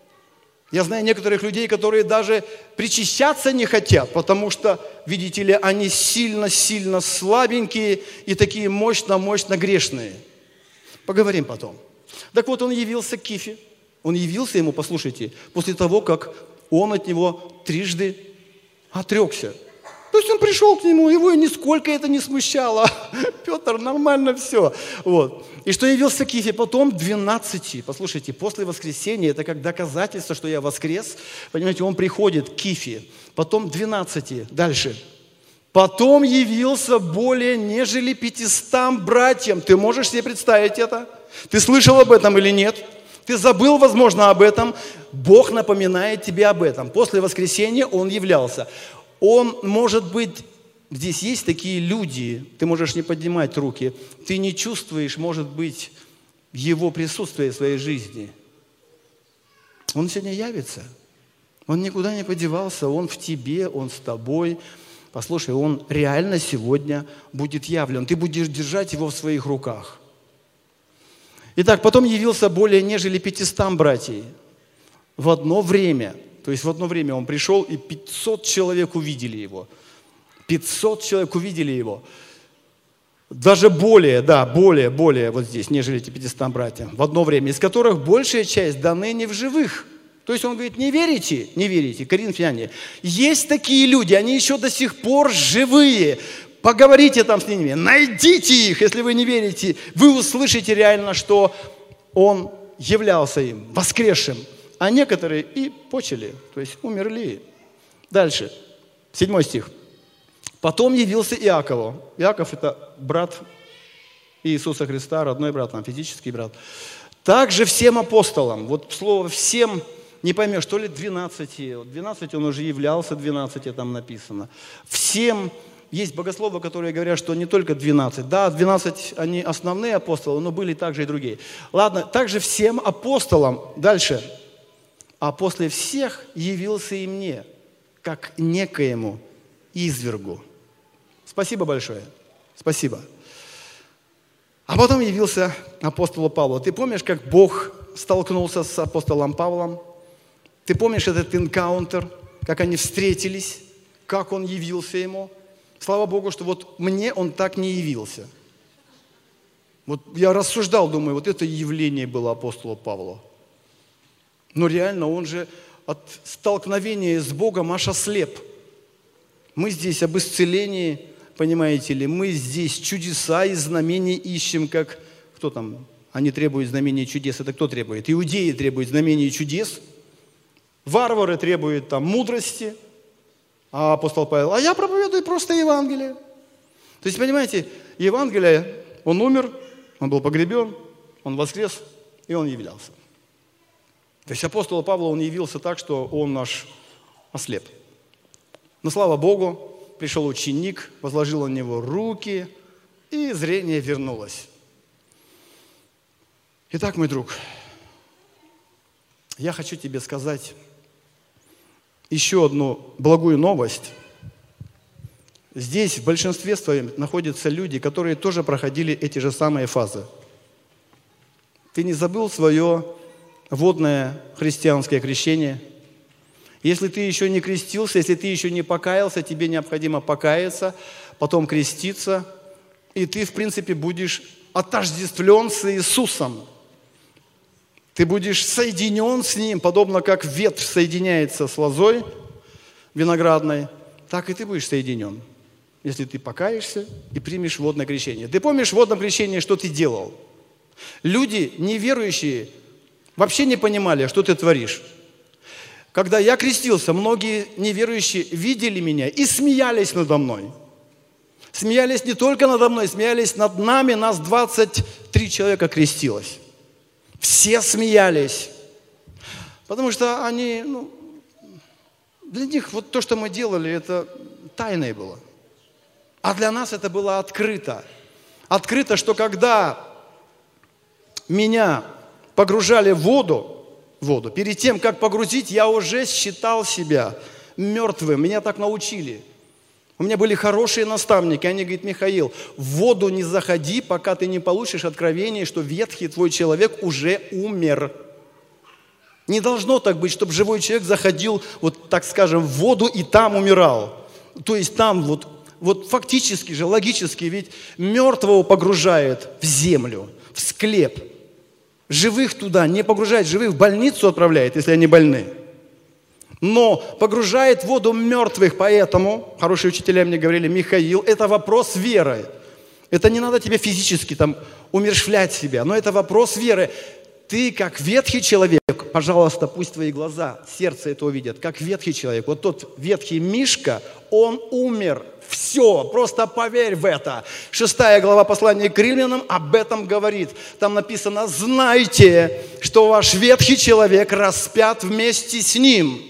Speaker 1: Я знаю некоторых людей, которые даже причащаться не хотят, потому что, видите ли, они сильно слабенькие и такие мощно грешные. Поговорим потом. Так вот, он явился к Кифе. Он явился ему, послушайте, после того, как он от него трижды отрекся. То есть он пришел к нему, его нисколько это не смущало. Петр, нормально все. Вот. И что явился Кифе, потом 12. Послушайте, после воскресения, это как доказательство, что я воскрес. Понимаете, он приходит к Кифе. Потом 12. Дальше. Потом явился более нежели 500 братьям. Ты можешь себе представить это? Ты слышал об этом или нет? Ты забыл, возможно, об этом. Бог напоминает тебе об этом. После воскресения он являлся. Он, может быть, здесь есть такие люди, ты можешь не поднимать руки, ты не чувствуешь, может быть, Его присутствие в своей жизни. Он сегодня явится. Он никуда не подевался, Он в тебе, Он с тобой. Послушай, Он реально сегодня будет явлен. Ты будешь держать Его в своих руках. Итак, потом явился более нежели 500 братьев в одно время. То есть в одно время он пришел, и 500 человек увидели его. 500 человек увидели его. Даже более вот здесь, нежели эти 500 братьев. В одно время, из которых большая часть до ныне в живых. То есть он говорит, не верите, коринфяне. Есть такие люди, они еще до сих пор живые. Поговорите там с ними, найдите их, если вы не верите. Вы услышите реально, что он являлся им, воскресшим. А некоторые и почили, то есть умерли. Дальше, 7 стих. Потом явился Иакову. Иаков – это брат Иисуса Христа, родной брат, нам физический брат. Также всем апостолам. Вот слово «всем» не поймешь, то ли 12. 12 он уже являлся, 12 там написано. Всем. Есть богословы, которые говорят, что не только 12. Да, 12 они основные апостолы, но были также и другие. Ладно, также всем апостолам. Дальше. А после всех явился и мне, как некоему извергу. Спасибо большое. Спасибо. А потом явился апостолу Павлу. Ты помнишь, как Бог столкнулся с апостолом Павлом? Ты помнишь этот энкаунтер, как они встретились, как он явился ему? Слава Богу, что вот мне он так не явился. Вот я рассуждал, думаю, вот это явление было апостолу Павлу. Но реально он же от столкновения с Богом аж ослеп. Мы здесь об исцелении, понимаете ли, мы здесь чудеса и знамения ищем, как кто там, они требуют знамений и чудес, это кто требует? Иудеи требуют знамений и чудес, варвары требуют там мудрости, а апостол Павел, а я проповедую просто Евангелие. То есть, понимаете, Евангелие, он умер, он был погребен, он воскрес, и он являлся. То есть апостол Павел, он явился так, что он наш ослеп. Но слава Богу, пришел ученик, возложил на него руки, и зрение вернулось. Итак, мой друг, я хочу тебе сказать еще одну благую новость. Здесь в большинстве своем находятся люди, которые тоже проходили эти же самые фазы. Ты не забыл свое водное христианское крещение? Если ты еще не крестился, если ты еще не покаялся, тебе необходимо покаяться, потом креститься, и ты, в принципе, будешь отождествлен с Иисусом. Ты будешь соединен с Ним, подобно как ветвь соединяется с лозой виноградной, так и ты будешь соединен, если ты покаешься и примешь водное крещение. Ты помнишь в водном крещении, что ты делал? Люди неверующие вообще не понимали, что ты творишь. Когда я крестился, многие неверующие видели меня и смеялись надо мной. Смеялись не только надо мной, смеялись над нами, нас 23 человека крестилось. Все смеялись, потому что они, для них вот то, что мы делали, это тайное было. А для нас это было открыто. Открыто, что когда меня погружали в воду, перед тем, как погрузить, я уже считал себя мертвым. Меня так научили. У меня были хорошие наставники. Они говорят: Михаил, в воду не заходи, пока ты не получишь откровение, что ветхий твой человек уже умер. Не должно так быть, чтобы живой человек заходил, вот так скажем, в воду и там умирал. То есть там вот фактически же, логически, ведь мертвого погружает в землю, в склеп. Живых туда не погружает, живых в больницу отправляет, если они больны. Но погружает в воду мертвых, поэтому, хорошие учителя мне говорили: Михаил, это вопрос веры. Это не надо тебе физически там умерщвлять себя, но это вопрос веры. Ты как ветхий человек, пожалуйста, пусть твои глаза, сердце это увидят, как ветхий человек. Вот тот ветхий Мишка, он умер. Все, просто поверь в это. 6 глава послания к Римлянам об этом говорит. Там написано: знайте, что ваш ветхий человек распят вместе с ним.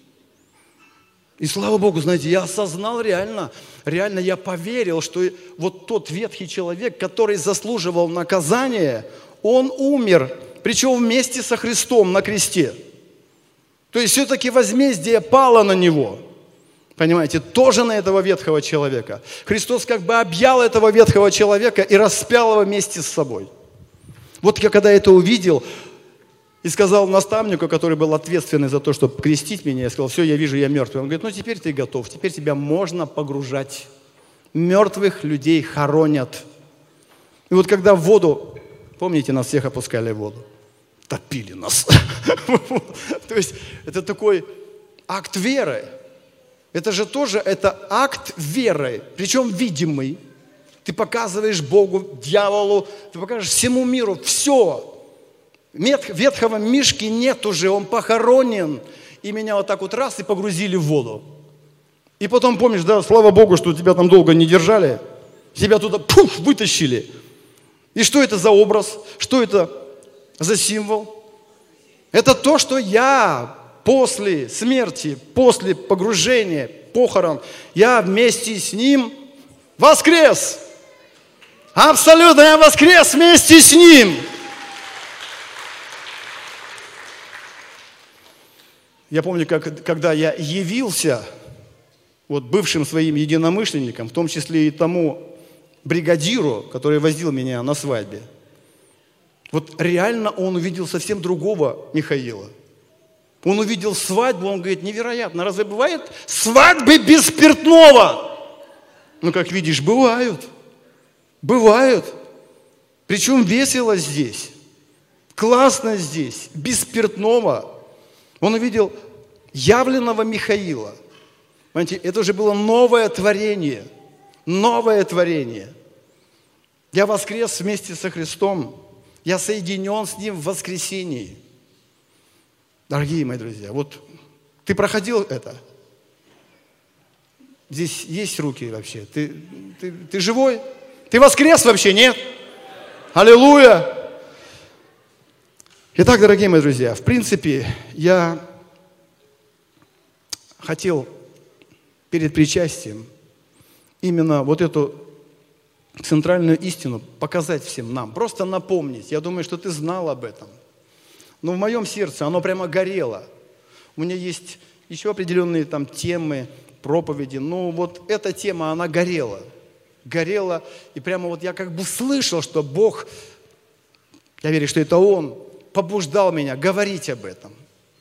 Speaker 1: И слава Богу, знаете, я осознал реально я поверил, что вот тот ветхий человек, который заслуживал наказания, он умер, причем вместе со Христом на кресте. То есть все-таки возмездие пало на него. Понимаете, тоже на этого ветхого человека. Христос как бы объял этого ветхого человека и распял его вместе с собой. Вот я когда это увидел и сказал наставнику, который был ответственный за то, чтобы крестить меня, я сказал: все, я вижу, я мертвый. Он говорит: ну теперь ты готов, теперь тебя можно погружать. Мертвых людей хоронят. И вот когда в воду, помните, нас всех опускали в воду, топили нас. То есть это такой акт веры. Это же тоже акт веры, причем видимый. Ты показываешь Богу, дьяволу, ты покажешь всему миру, все. Ветхого Мишки нет уже, он похоронен. И меня вот так вот раз и погрузили в воду. И потом, помнишь, да, слава Богу, что тебя там долго не держали, тебя туда вытащили. И что это за образ? Что это за символ? Это то, что я после смерти, после погружения, похорон, я вместе с Ним воскрес. Абсолютно, я воскрес вместе с Ним. Я помню, когда я явился вот бывшим своим единомышленникам, в том числе и тому бригадиру, который возил меня на свадьбе, вот реально он увидел совсем другого Михаила. Он увидел свадьбу, он говорит: невероятно, разве бывает свадьбы без спиртного? Ну, как видишь, бывают. Бывают. Причем весело здесь, классно здесь, без спиртного. Он увидел явленного Михаила. Понимаете, это уже было новое творение. Новое творение. Я воскрес вместе со Христом. Я соединен с Ним в воскресении. Дорогие мои друзья, вот ты проходил это? Здесь есть руки вообще? Ты живой? Ты воскрес вообще, нет? Аллилуйя! Итак, дорогие мои друзья, в принципе, я хотел перед причастием именно вот эту центральную истину показать всем нам, просто напомнить. Я думаю, что ты знал об этом. Но в моем сердце оно прямо горело. У меня есть еще определенные там темы, проповеди. Но вот эта тема, она горела. Горела. И прямо вот я как бы слышал, что Бог, я верю, что это Он, побуждал меня говорить об этом.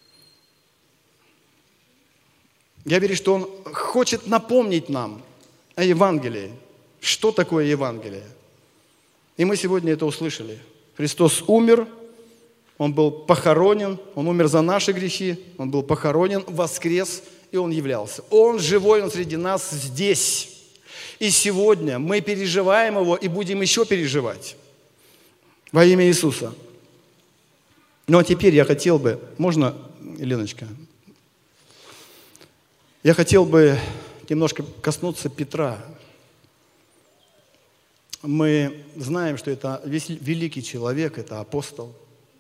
Speaker 1: Я верю, что Он хочет напомнить нам о Евангелии. Что такое Евангелие? И мы сегодня это услышали. Христос умер, Он был похоронен, Он умер за наши грехи, Он был похоронен, воскрес, и Он являлся. Он живой, Он среди нас здесь. И сегодня мы переживаем Его и будем еще переживать. Во имя Иисуса. Ну а теперь я хотел бы, можно, Леночка? Я хотел бы немножко коснуться Петра. Мы знаем, что это великий человек, это апостол.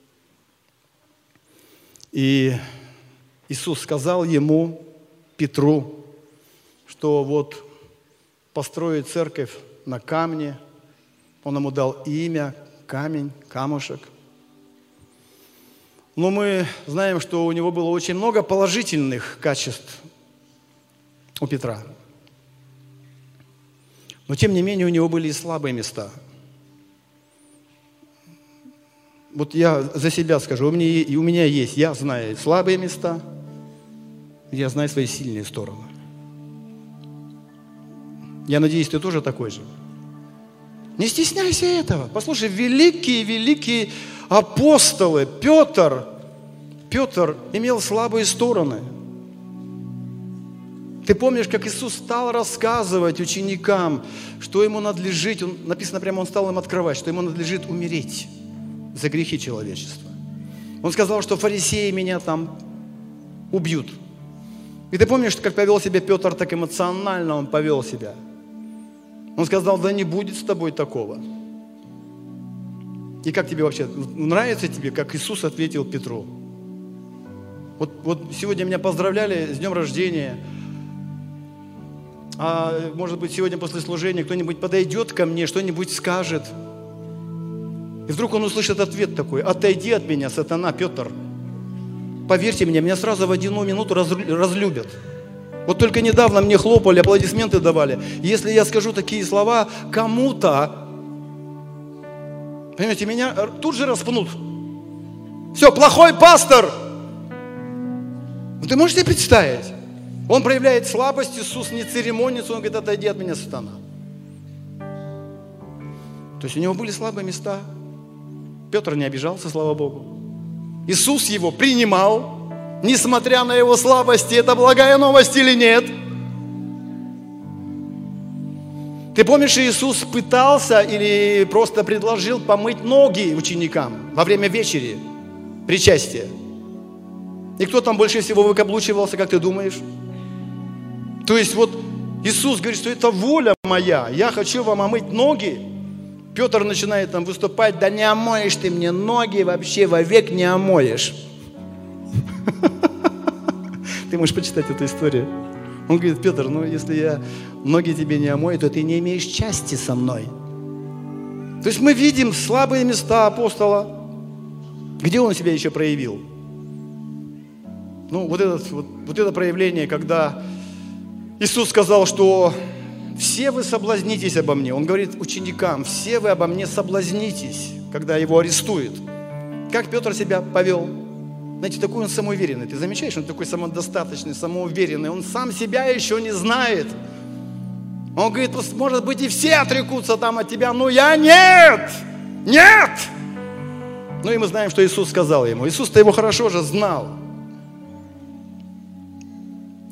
Speaker 1: И Иисус сказал ему, Петру, что вот построит церковь на камне. Он ему дал имя, камень, камушек. Но мы знаем, что у него было очень много положительных качеств у Петра. Но тем не менее у него были и слабые места. Вот я за себя скажу, у меня есть, я знаю слабые места, я знаю свои сильные стороны. Я надеюсь, ты тоже такой же. Не стесняйся этого. Послушай, великие апостолы, Петр имел слабые стороны. Ты помнишь, как Иисус стал рассказывать ученикам, что ему надлежит, написано прямо, Он стал им открывать, что ему надлежит умереть за грехи человечества. Он сказал, что фарисеи меня там убьют. И ты помнишь, как повел себя Петр, так эмоционально он повел себя. Он сказал, да не будет с тобой такого. И как тебе вообще, нравится тебе, как Иисус ответил Петру? Вот сегодня меня поздравляли с днем рождения. А может быть, сегодня после служения кто-нибудь подойдет ко мне, что-нибудь скажет. И вдруг он услышит ответ такой: отойди от меня, сатана, Петр. Поверьте мне, меня сразу в 1 минуту разлюбят. Вот только недавно мне хлопали, аплодисменты давали. Если я скажу такие слова кому-то, понимаете, меня тут же распнут. Все, плохой пастор. Ты можешь себе представить? Он проявляет слабость, Иисус не церемонится, Он говорит, отойди от меня, сатана. То есть у него были слабые места. Петр не обижался, слава Богу. Иисус его принимал, несмотря на его слабости. Это благая новость или нет? Ты помнишь, Иисус пытался или просто предложил помыть ноги ученикам во время вечери, причастия? И кто там больше всего выкаблучивался, как ты думаешь? То есть вот Иисус говорит, что это воля моя, я хочу вам омыть ноги. Петр начинает там выступать, да не омоешь ты мне ноги, вообще вовек не омоешь. Ты можешь почитать эту историю. Он говорит, Петр, ну если я ноги тебе не омою, то ты не имеешь части со мной. То есть мы видим слабые места апостола. Где он себя еще проявил? Ну, вот это проявление, когда Иисус сказал, что все вы соблазнитесь обо мне. Он говорит ученикам, все вы обо мне соблазнитесь, когда его арестуют. Как Петр себя повел? Знаете, такой он самоуверенный. Ты замечаешь, он такой самодостаточный, самоуверенный. Он сам себя еще не знает. Он говорит, может быть, и все отрекутся там от тебя, но я нет! Нет! Ну и мы знаем, что Иисус сказал ему. Иисус-то его хорошо же знал.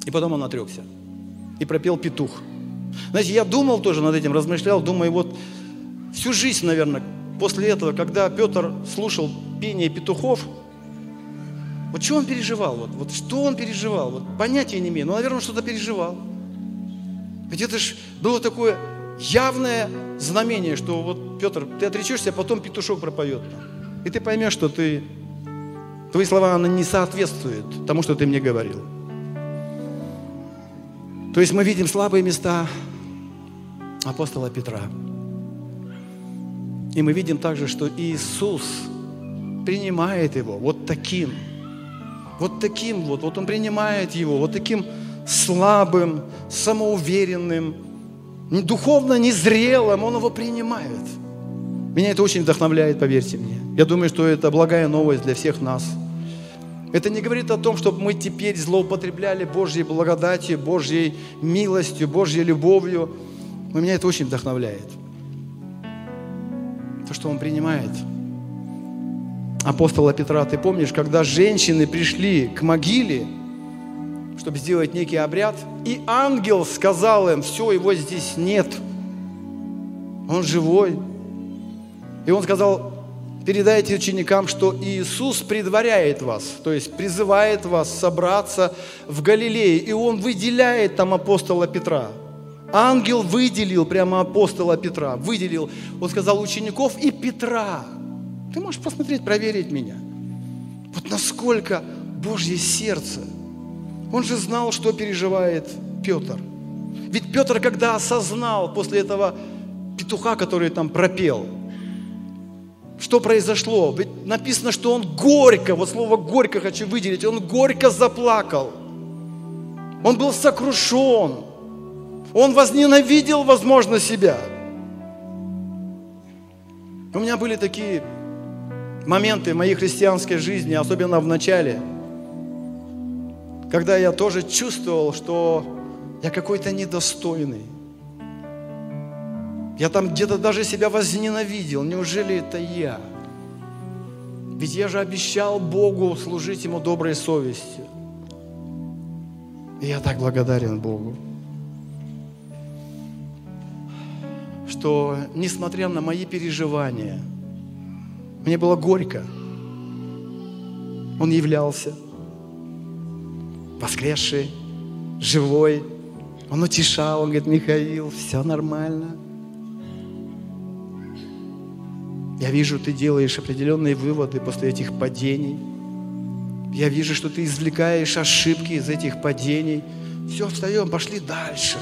Speaker 1: И потом он отрекся. И пропел петух. Знаете, я думал тоже над этим, размышлял, думаю, вот всю жизнь, наверное, после этого, когда Петр слушал пение петухов, вот что он переживал, вот что он переживал, вот понятия не имею, но, наверное, он что-то переживал. Ведь это же было такое явное знамение, что вот, Петр, ты отречешься, а потом петушок пропоет. И ты поймешь, что твои слова не соответствуют тому, что ты мне говорил. То есть мы видим слабые места апостола Петра. И мы видим также, что Иисус принимает его вот таким. Вот Он принимает его, вот таким слабым, самоуверенным, духовно незрелым, Он его принимает. Меня это очень вдохновляет, поверьте мне. Я думаю, что это благая новость для всех нас. Это не говорит о том, чтобы мы теперь злоупотребляли Божьей благодатью, Божьей милостью, Божьей любовью. Но меня это очень вдохновляет. То, что Он принимает. Апостола Петра, ты помнишь, когда женщины пришли к могиле, чтобы сделать некий обряд, и ангел сказал им: все, его здесь нет. Он живой. И он сказал: передайте ученикам, что Иисус предваряет вас, то есть призывает вас собраться в Галилее. И Он выделяет там апостола Петра. Ангел выделил прямо апостола Петра. Выделил, он сказал, учеников и Петра. Ты можешь посмотреть, проверить меня. Вот насколько Божье сердце. Он же знал, что переживает Петр. Ведь Петр, когда осознал после этого петуха, который там пропел, что произошло? Ведь написано, что он горько, вот слово горько хочу выделить, он горько заплакал. Он был сокрушен. Он возненавидел, возможно, себя. У меня были такие моменты в моей христианской жизни, особенно в начале, когда я тоже чувствовал, что я какой-то недостойный. Я там где-то даже себя возненавидел. Неужели это я? Ведь я же обещал Богу служить Ему доброй совестью. И я так благодарен Богу, что, несмотря на мои переживания, мне было горько. Он являлся воскресший, живой. Он утешал, он говорит: Михаил, все нормально. Я вижу, ты делаешь определенные выводы после этих падений. Я вижу, что ты извлекаешь ошибки из этих падений. Все, встаем, пошли дальше.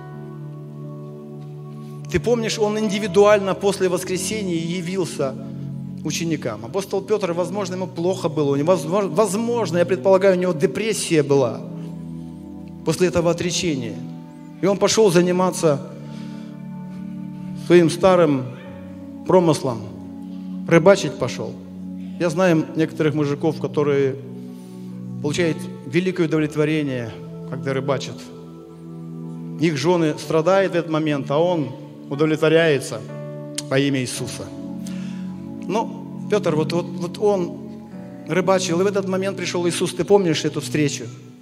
Speaker 1: Ты помнишь, он индивидуально после воскресения явился ученикам. Апостол Петр, возможно, ему плохо было. Возможно, я предполагаю, у него депрессия была после этого отречения. И он пошел заниматься своим старым промыслом. Рыбачить пошел. Я знаю некоторых мужиков, которые получают великое удовлетворение, когда рыбачат. Их жены страдают в этот момент, а он удовлетворяется во имя Иисуса. Но Петр, вот он рыбачил, и в этот момент пришел Иисус. Ты помнишь эту встречу?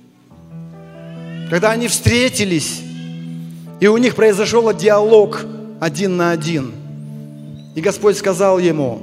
Speaker 1: Когда они встретились, и у них произошел диалог один на один. И Господь сказал ему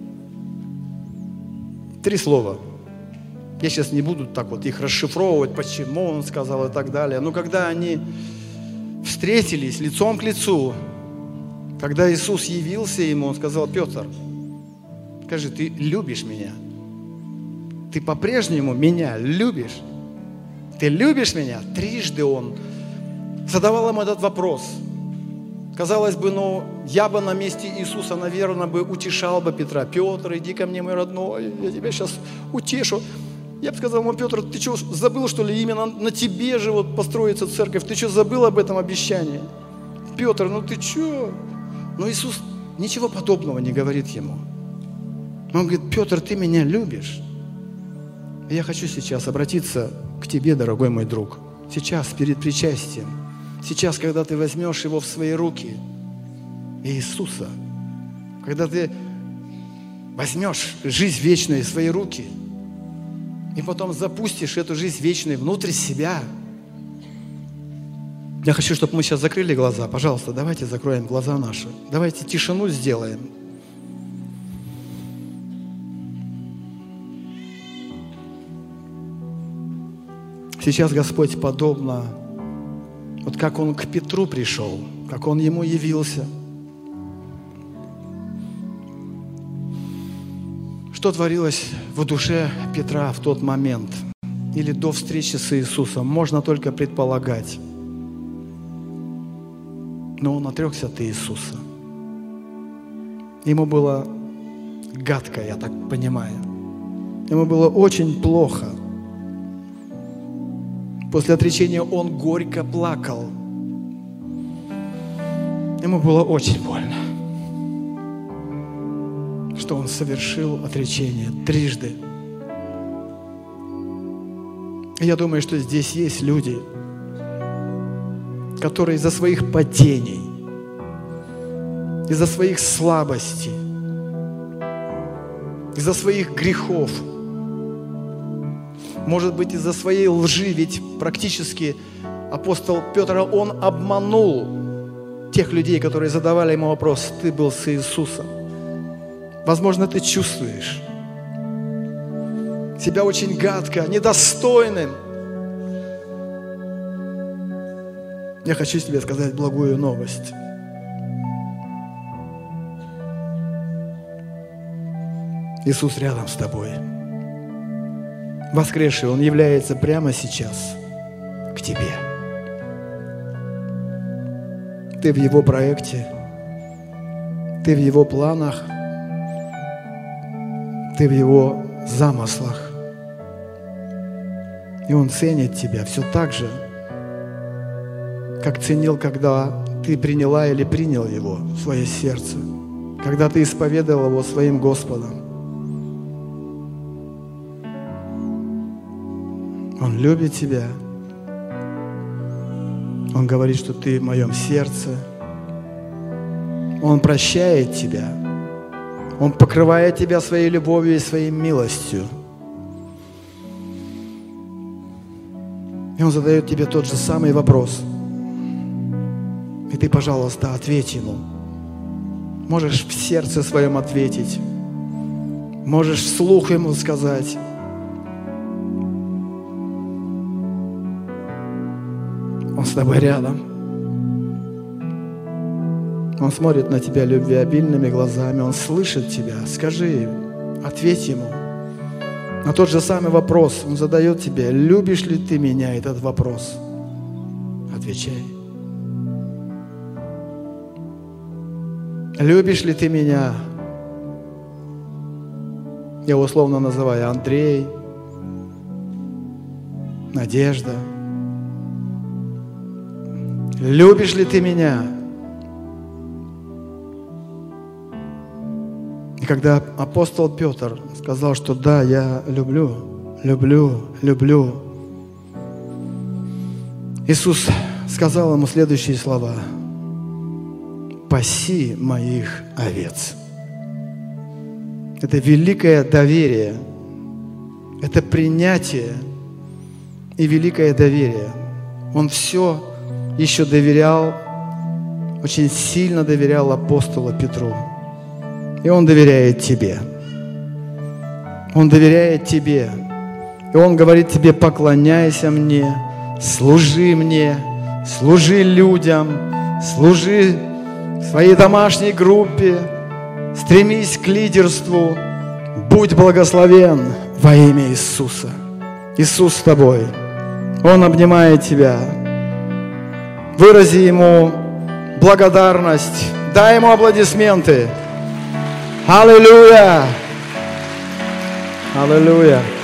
Speaker 1: 3 слова. Я сейчас не буду так вот их расшифровывать, почему он сказал и так далее. Но когда они встретились лицом к лицу, когда Иисус явился ему, он сказал: Петр, скажи, ты любишь меня? Ты по-прежнему меня любишь? Ты любишь меня? 3 он задавал ему этот вопрос. Казалось бы, я бы на месте Иисуса, наверное, бы утешал бы Петра. Петр, иди ко мне, мой родной, я тебя сейчас утешу. Я бы сказал ему: Петр, ты что, забыл, что ли, именно на тебе же вот построится церковь? Ты что, забыл об этом обещании? Петр, ты что? Но Иисус ничего подобного не говорит ему. Он говорит: Петр, ты меня любишь? И я хочу сейчас обратиться к тебе, дорогой мой друг. Сейчас, перед причастием. Сейчас, когда ты возьмешь его в свои руки, Иисуса, когда ты возьмешь жизнь вечную в свои руки, и потом запустишь эту жизнь вечную внутрь себя, Я хочу, чтобы мы сейчас закрыли глаза. Пожалуйста, давайте закроем глаза наши. Давайте тишину сделаем. Сейчас Господь подобно, вот как Он к Петру пришел, как Он ему явился. Что творилось в душе Петра в тот момент или до встречи с Иисусом, можно только предполагать. Но он отрекся от Иисуса. Ему было гадко, я так понимаю. Ему было очень плохо. После отречения он горько плакал. Ему было очень больно, что он совершил отречение трижды. И я думаю, что здесь есть люди, которые из-за своих падений, из-за своих слабостей, из-за своих грехов, может быть, из-за своей лжи, ведь практически апостол Петр, он обманул тех людей, которые задавали ему вопрос: ты был с Иисусом. Возможно, ты чувствуешь себя очень гадко, недостойным. Я хочу тебе сказать благую новость. Иисус рядом с тобой. Воскресший, Он является прямо сейчас к тебе. Ты в Его проекте, ты в Его планах, ты в Его замыслах. И Он ценит тебя все так же, как ценил, когда ты приняла или принял Его в свое сердце, когда ты исповедовал Его своим Господом. Он любит тебя. Он говорит, что ты в моем сердце. Он прощает тебя. Он покрывает тебя своей любовью и своей милостью. И Он задает тебе тот же самый вопрос. И ты, пожалуйста, ответь Ему. Можешь в сердце своем ответить. Можешь вслух Ему сказать. Он с тобой рядом. Он смотрит на тебя любвеобильными глазами. Он слышит тебя. Скажи, ответь Ему. На тот же самый вопрос Он задает тебе. Любишь ли ты меня? Этот вопрос. Отвечай. Любишь ли ты меня? Я условно называю Андрей, Надежда. Любишь ли ты меня? И когда апостол Петр сказал, что да, я люблю, Иисус сказал ему следующие слова: «Паси моих овец». Это великое доверие, это принятие и великое доверие. Он все еще доверял, очень сильно доверял апостолу Петру. И Он доверяет тебе. Он доверяет тебе. И Он говорит тебе: поклоняйся мне, служи людям, служи своей домашней группе, стремись к лидерству, будь благословен во имя Иисуса. Иисус с тобой. Он обнимает тебя. Вырази Ему благодарность. Дай Ему аплодисменты. Аллилуйя! Аллилуйя!